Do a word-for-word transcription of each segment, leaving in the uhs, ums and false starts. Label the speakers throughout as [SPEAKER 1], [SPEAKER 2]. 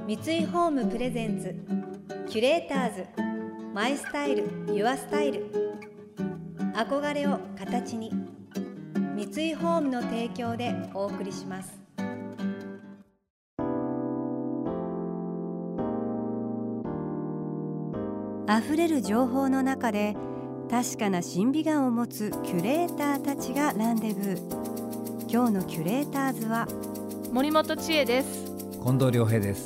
[SPEAKER 1] 三井ホームプレゼンツキュレーターズマイスタイルユアスタイル、憧れを形に、三井ホームの提供でお送りします。あふれる情報の中で確かな審美眼を持つキュレーターたちがランデブー。今日のキュレーターズは
[SPEAKER 2] 森本千恵です。
[SPEAKER 3] 近藤良平です。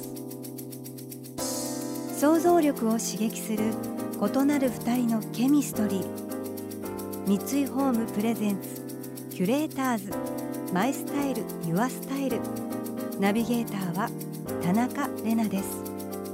[SPEAKER 1] 想像力を刺激する異なる二人のケミストリー。三井ホームプレゼンツキュレーターズマイスタイルユアスタイル、ナビゲーターは田中れなです。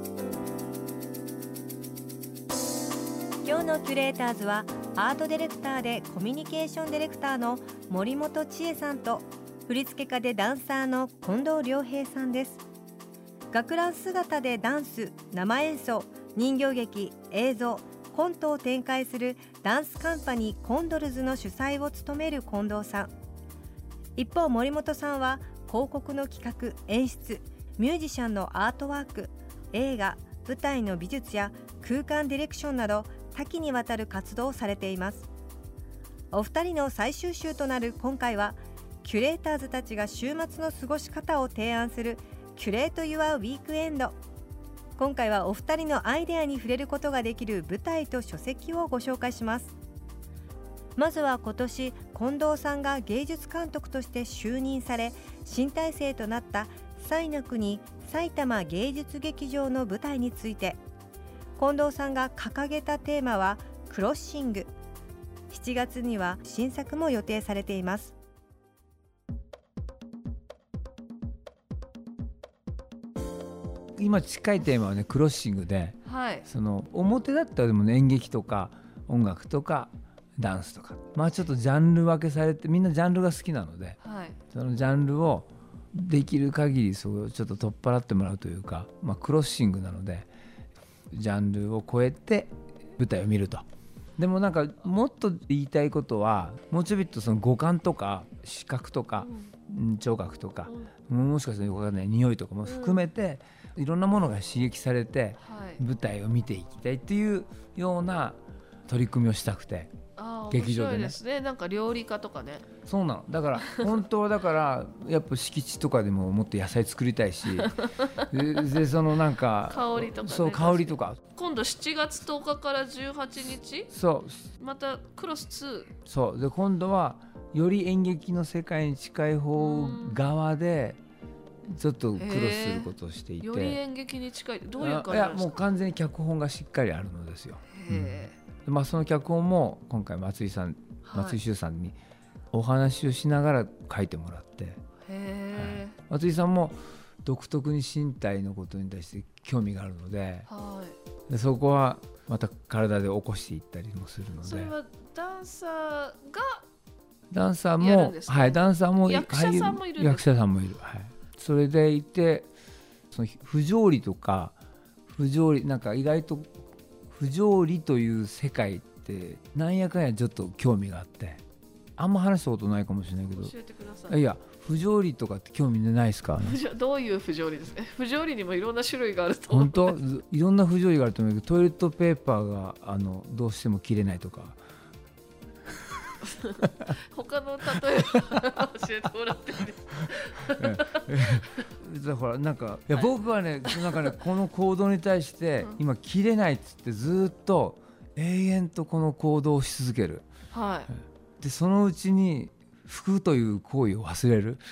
[SPEAKER 1] 今日のキュレーターズはアートディレクターでコミュニケーションディレクターの森本千恵さんと、振付家でダンサーの近藤良平さんです。学ラン姿でダンス、生演奏、人形劇、映像、コントを展開するダンスカンパニーコンドルズの主催を務める近藤さん。一方森本さんは広告の企画、演出、ミュージシャンのアートワーク、映画、舞台の美術や空間ディレクションなど多岐にわたる活動をされています。お二人の最終週となる今回は、キュレーターズたちが週末の過ごし方を提案するキュレート・ユア・ウィークエンド。今回はお二人のアイデアに触れることができる舞台と書籍をご紹介します。まずは今年近藤さんが芸術監督として就任され新体制となった彩の国埼玉芸術劇場の舞台について。近藤さんが掲げたテーマはクロッシング。しちがつには新作も予定されています。
[SPEAKER 3] 今近いテーマはね、クロッシングで、
[SPEAKER 2] はい、
[SPEAKER 3] その表だったらでも、ね、演劇とか音楽とかダンスとか、まあちょっとジャンル分けされて、みんなジャンルが好きなので、
[SPEAKER 2] はい、
[SPEAKER 3] そのジャンルをできる限りそうちょっと取っ払ってもらうというか、まあ、クロッシングなのでジャンルを超えて舞台を見ると。でもなんかもっと言いたいことは、もうちょびっとその五感とか視覚とか、うん、聴覚とか、うん、もしかしたら分かんない匂いとかも含めて、うん、いろんなものが刺激されて、はい、舞台を見ていきたいっていうような取り組みをしたくて、
[SPEAKER 2] あ、
[SPEAKER 3] 劇場でね。
[SPEAKER 2] 面白いですね。なんか料理家とかね。
[SPEAKER 3] そうなの。だから本当はだからやっぱ敷地とかでももっと野菜作りたいしで, でそのなんか
[SPEAKER 2] 香りとか、ね、
[SPEAKER 3] そう香りとか。
[SPEAKER 2] 今度しちがつとおかからじゅうはちにち、
[SPEAKER 3] そう
[SPEAKER 2] またクロスツー。
[SPEAKER 3] そうで今度はより演劇の世界に近い方側でちょっとクロスすることをしていて、
[SPEAKER 2] より演劇に近い。どういう感じなんですか？
[SPEAKER 3] いやもう完全に脚本がしっかりあるのですよ。へ、うん、まあ、その脚本も今回松井さん、はい、松井秀さんにお話をしながら書いてもらって、へ、はい、松井さんも独特に身体のことに対して興味があるので、はい、でそこはまた体で起こしていったりもするので。
[SPEAKER 2] それはダンサーが
[SPEAKER 3] ダンサーも、はい、ダンサーも
[SPEAKER 2] 役者さんもいるんですか？
[SPEAKER 3] 役者さんもいる、はい、それでいて、その不条理とか不条理、なんか意外と不条理という世界ってなんやかんやちょっと興味があって、あんま話したことないかもしれないけど、
[SPEAKER 2] 教えてください。
[SPEAKER 3] いや不条理とかって興味ないですか？
[SPEAKER 2] どういう不条理ですか？不条理にもいろんな種類があると思う。
[SPEAKER 3] 本当いろんな不条理があると思うけど、トイレットペーパーがあのどうしても切れないとか
[SPEAKER 2] 他の例えば教えてもらっていいですか？
[SPEAKER 3] だからなんかいや僕はね、なんかねこの行動に対して今切れないっつってずっと永遠とこの行動をし続ける、はい、でそのうちに拭くという行為を忘れる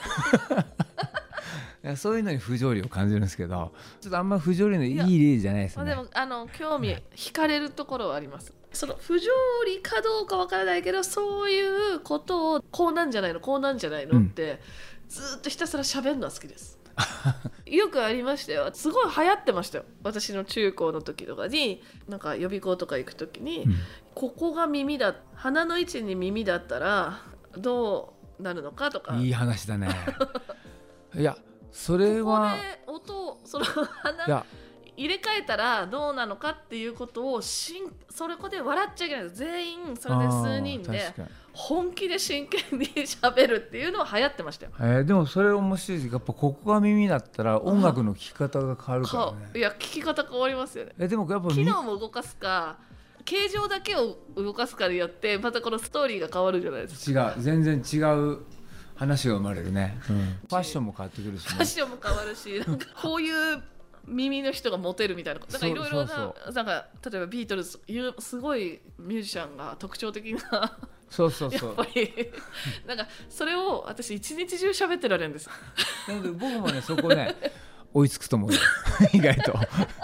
[SPEAKER 3] いやそういうのに不条理を感じるんですけど、ちょっとあんま不条理のいい例じゃないですね。
[SPEAKER 2] でもあの興味惹かれるところはあります。その不条理かどうかわからないけど、そういうことをこうなんじゃないのこうなんじゃないのって、うん、ずっとひたすら喋るのは好きですよくありましたよ。すごい流行ってましたよ。私の中高の時とかに、なんか予備校とか行く時に、うん、ここが耳だ、鼻の位置に耳だったらどうなるのかとか。
[SPEAKER 3] いい話だねいやそれは
[SPEAKER 2] ここで音、その鼻
[SPEAKER 3] いや
[SPEAKER 2] 入れ替えたらどうなのかっていうことをしんそれこで笑っちゃいけないです。全員それで数人で本気で真剣に喋るっていうのは流行ってましたよ。
[SPEAKER 3] えー、でもそれ面白いです。やっぱここが耳だったら音楽の聴き方が変わるからね。
[SPEAKER 2] いや聴き方変わりますよね。
[SPEAKER 3] えでもやっぱ
[SPEAKER 2] 機能も動かすか形状だけを動かすかによってまたこのストーリーが変わるじゃないですか。
[SPEAKER 3] 違う、全然違う話が生まれるね、うん、ファッションも変わってくるし、ね、
[SPEAKER 2] ファッションも変わるしなんかこういう耳の人がモテるみたいななんかいろいろな、なんか例えばビートルズすごいミュージシャンが特徴的な
[SPEAKER 3] そうそうそう
[SPEAKER 2] やっぱりなんかそれを私一日中喋ってられるんです。
[SPEAKER 3] なので僕もねそこね追いつくと思うよ意外と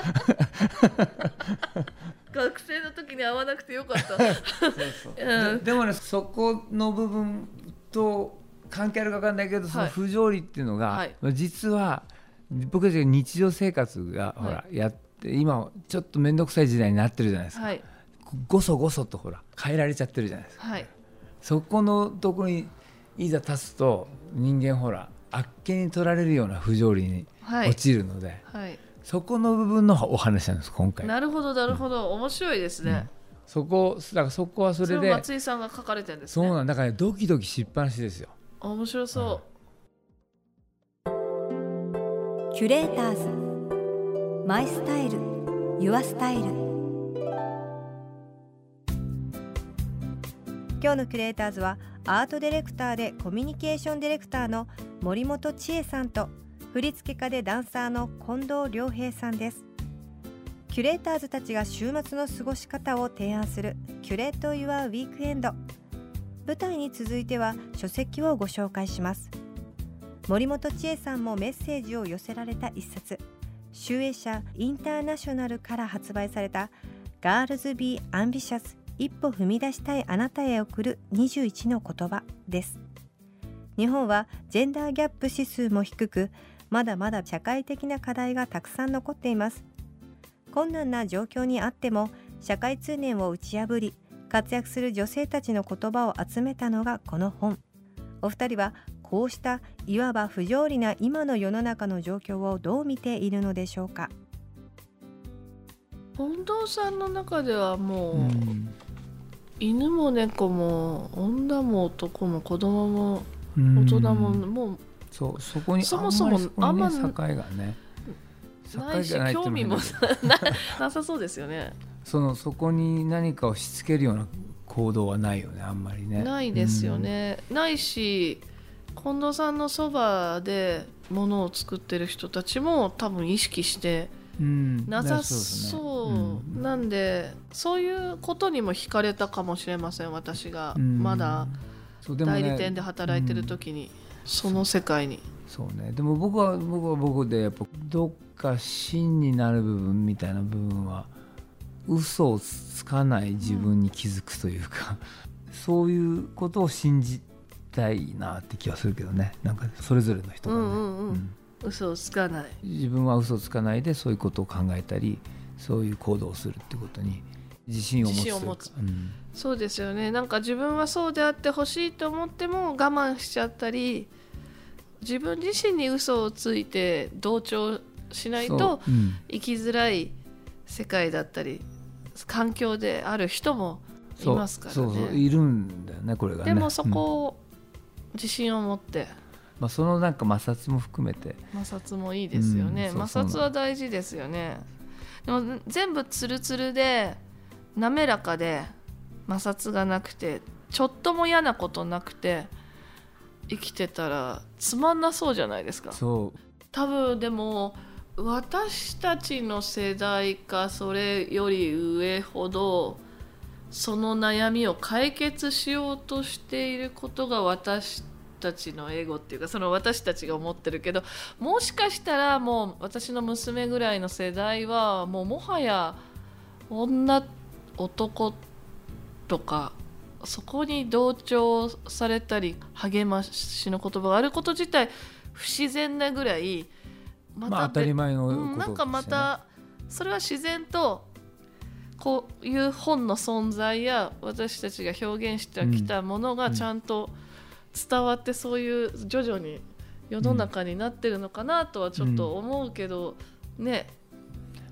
[SPEAKER 2] 学生の時に会わなくてよかった。そう
[SPEAKER 3] そう、うん、で, でもねそこの部分と関係あるか分かんないけど、その不条理っていうのが、はい、実は僕たちが日常生活が、はい、ほらやって今ちょっと面倒くさい時代になってるじゃないですか、はい、ごそごそとほら変えられちゃってるじゃないですか、はい、そこのところにいざ立つと人間ほらあっけに取られるような不条理に陥るので、はいはい、そこの部分のお話なんです今回。
[SPEAKER 2] なるほどなるほど、うん、面白いですね、うん、
[SPEAKER 3] そこだからそこはそれでそれ
[SPEAKER 2] 松井さんが書かれてるんですね。
[SPEAKER 3] そうなんだから、ね、ドキドキしっぱなしですよ。
[SPEAKER 2] 面白そう、
[SPEAKER 1] うん、キュレーターズマイスタイルユアスタイル。今日のキュレーターズはアートディレクターでコミュニケーションディレクターの森本千恵さんと振付家でダンサーの近藤良平さんです。キュレーターズたちが週末の過ごし方を提案するキュレート・ユア・ウィークエンド。舞台に続いては書籍をご紹介します。森本千恵さんもメッセージを寄せられた一冊、集英社インターナショナルから発売されたガールズ・ビー・アンビシャス、一歩踏み出したいあなたへ送るにじゅういちの言葉です。日本はジェンダーギャップ指数も低く、まだまだ社会的な課題がたくさん残っています。困難な状況にあっても社会通念を打ち破り活躍する女性たちの言葉を集めたのがこの本。お二人はこうしたいわば不条理な今の世の中の状況をどう見ているのでしょうか。
[SPEAKER 2] 近藤さんの中ではもう、うん、犬も猫も女も男も子供も大人も、うん、もう
[SPEAKER 3] そうそこにあんまりそこに、ね、あんま境がね
[SPEAKER 2] ないし興味も な, なさそうですよね。
[SPEAKER 3] そのそこに何かをしつけるような行動はないよね、あんまりね。
[SPEAKER 2] ないですよね、うん、ないし近藤さんのそばでものを作ってる人たちも多分意識してなさそう、うん、なんでそういうことにも惹かれたかもしれません。私がまだ代理店で働いてる時に、うん、その世界に
[SPEAKER 3] そうね。でも僕は僕は僕でやっぱどっか真になる部分みたいな部分は嘘をつかない自分に気づくというか、うん、そういうことを信じたいなって気はするけどね。なんかそれぞれの人がね、うんうんうんうん、
[SPEAKER 2] 嘘をつかない、
[SPEAKER 3] 自分は嘘をつかないでそういうことを考えたりそういう行動をするってことに自信を持つというか、自信を持つ、うん、
[SPEAKER 2] そうですよね。なんか自分はそうであってほしいと思っても我慢しちゃったり自分自身に嘘をついて同調しないと生きづらい世界だったり環境である人もいますからね。
[SPEAKER 3] そうそうそういるんだよねこれがね。
[SPEAKER 2] でもそこを自信を持って、うん
[SPEAKER 3] まあ、そのなんか摩擦も含めて
[SPEAKER 2] 摩擦もいいですよね、うん、摩擦は大事ですよね。でも全部ツルツルで滑らかで摩擦がなくてちょっとも嫌なことなくて生きてたらつまんなそうじゃないですか。
[SPEAKER 3] そう
[SPEAKER 2] 多分でも私たちの世代かそれより上ほどその悩みを解決しようとしていることが私たちのエゴっていうかその私たちが思ってるけど、もしかしたらもう私の娘ぐらいの世代はもうもはや女男とかそこに同調されたり励ましの言葉があること自体不自然なぐらい
[SPEAKER 3] また、まあ、当たり前のことですね、うん、
[SPEAKER 2] なんかまたそれは自然とこういう本の存在や私たちが表現してきたものがちゃんと伝わってそういう徐々に世の中になってるのかなとはちょっと思うけど、うん、ね。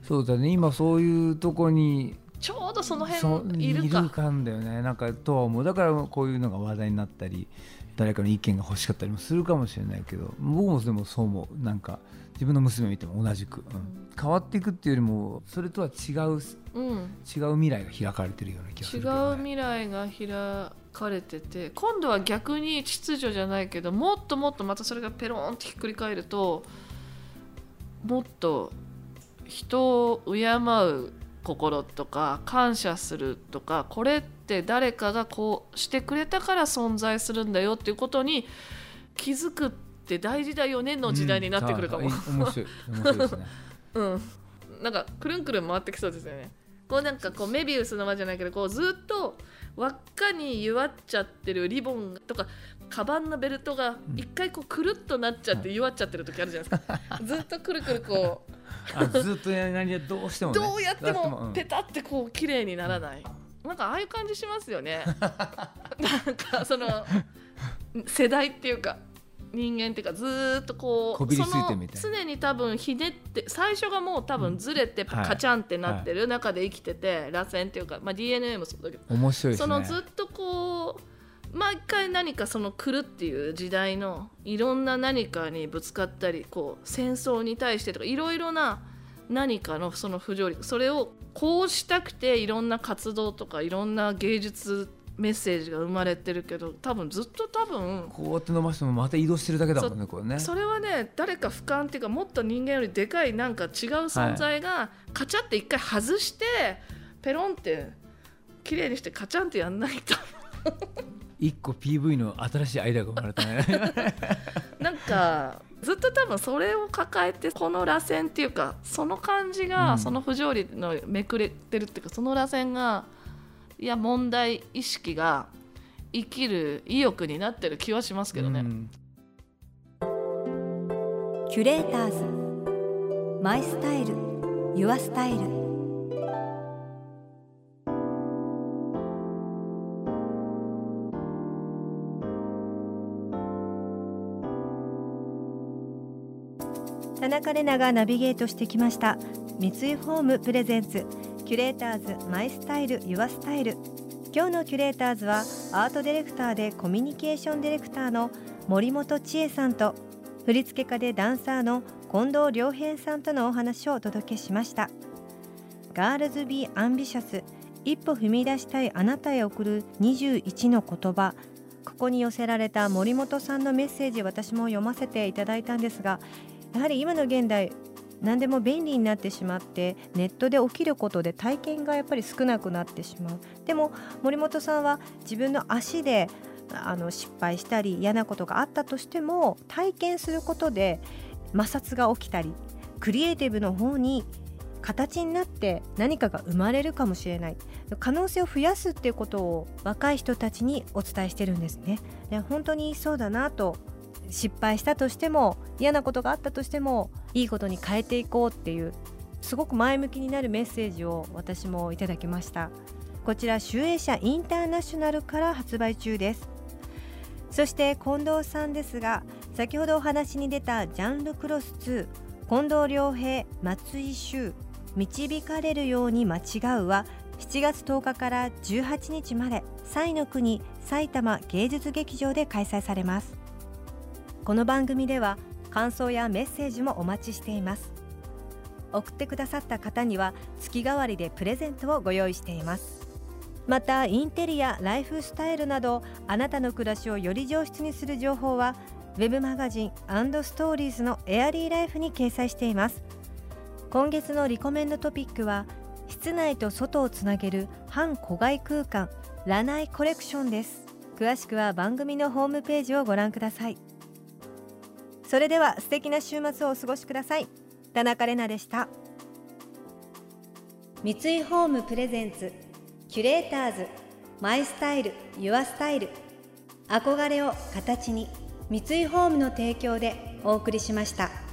[SPEAKER 3] そうだね、今そういうとこに
[SPEAKER 2] ちょうどその辺いるか
[SPEAKER 3] いるかんだよね、なんかとは思う。だからこういうのが話題になったり、誰かの意見が欲しかったりもするかもしれないけど、僕もでもそう思う。なんか自分の娘を見ても同じく、うん、変わっていくっていうよりもそれとは違う、うん、違う未来が開かれてるような気がするけどね。
[SPEAKER 2] 違う未来が開かれてて、今度は逆に秩序じゃないけど、もっともっとまたそれがペロンってひっくり返ると、もっと人を敬う心とか感謝するとか、これって誰かがこうしてくれたから存在するんだよっていうことに気づくって大事だよねの時代になってくるかも、
[SPEAKER 3] うん、面白い面白いですね
[SPEAKER 2] うんなんかくるんくるん回ってきそうですよね。こうなんかこうメビウスの輪じゃないけど、こうずっと輪っかに弱っちゃってるリボンとかカバンのベルトが一回こうくるっとなっちゃって弱っちゃってる時あるじゃないですか、はい、ずっとくるくるこう
[SPEAKER 3] あずっとや何やどうしても、ね、
[SPEAKER 2] どうやってもペタってこう綺麗にならない、うん、なんかああいう感じしますよねなんかその世代っていうか人間っていうか、ずっとこう
[SPEAKER 3] こびりついてみたいな、
[SPEAKER 2] 常に多分ひねって、最初がもう多分ずれてカチャンってなってる中で生きてて、螺旋っていうか、まあ、ディーエヌエー もそうだけど、
[SPEAKER 3] 面白いですね。
[SPEAKER 2] そのずっとこう毎回何かその来るっていう時代のいろんな何かにぶつかったり、こう戦争に対してとかいろいろな何かのその不条理、それをこうしたくていろんな活動とかいろんな芸術メッセージが生まれてるけど、多分ずっと多分
[SPEAKER 3] こうやって伸ばしてもまた移動してるだけだもんね、これね。
[SPEAKER 2] それはね、誰か俯瞰っていうか、もっと人間よりでかいなんか違う存在がカチャって一回外してペロンって綺麗にしてカチャンってやんないと
[SPEAKER 3] 一個 ピーブイ の新しいアイデアが生まれたね
[SPEAKER 2] なんかずっと多分それを抱えて、この螺旋っていうかその感じが、うん、その不条理のめくれてるっていうか、その螺旋がいや問題意識が生きる意欲になってる気はしますけどね、うん、
[SPEAKER 1] キュレーターズマイスタイルユアスタイル。田中玲奈がナビゲートしてきました三井ホームプレゼンツキュレーターズマイスタイルユアスタイル。今日のキュレーターズはアートディレクターでコミュニケーションディレクターの森本千恵さんと、振付家でダンサーの近藤良平さんとのお話をお届けしました。ガールズビーアンビシャス、一歩踏み出したいあなたへ送るにじゅういちの言葉。ここに寄せられた森本さんのメッセージ、私も読ませていただいたんですが、やはり今の現代何でも便利になってしまって、ネットで起きることで体験がやっぱり少なくなってしまう。でも森本さんは自分の足であの失敗したり嫌なことがあったとしても、体験することで摩擦が起きたり、クリエイティブの方に形になって何かが生まれるかもしれない、可能性を増やすっていうことを若い人たちにお伝えしてるんですね。で本当にそうだなと、失敗したとしても嫌なことがあったとしてもいいことに変えていこうっていう、すごく前向きになるメッセージを私もいただきました。こちら集英社インターナショナルから発売中です。そして近藤さんですが、先ほどお話に出たジャンルクロスツー、近藤良平松井秀導かれるように間違うはしちがつとおかからじゅうはちにちまで彩の国埼玉芸術劇場で開催されます。この番組では感想やメッセージもお待ちしています。送ってくださった方には月替わりでプレゼントをご用意しています。またインテリア、ライフスタイルなどあなたの暮らしをより上質にする情報はウェブマガジン&ストーリーズのエアリーライフに掲載しています。今月のリコメンドトピックは室内と外をつなげる半戸外空間ラナイコレクションです。詳しくは番組のホームページをご覧ください。それでは素敵な週末をお過ごしください。田中玲奈でした。三井ホームプレゼンツキュレーターズマイスタイルユアスタイル、憧れを形に、三井ホームの提供でお送りしました。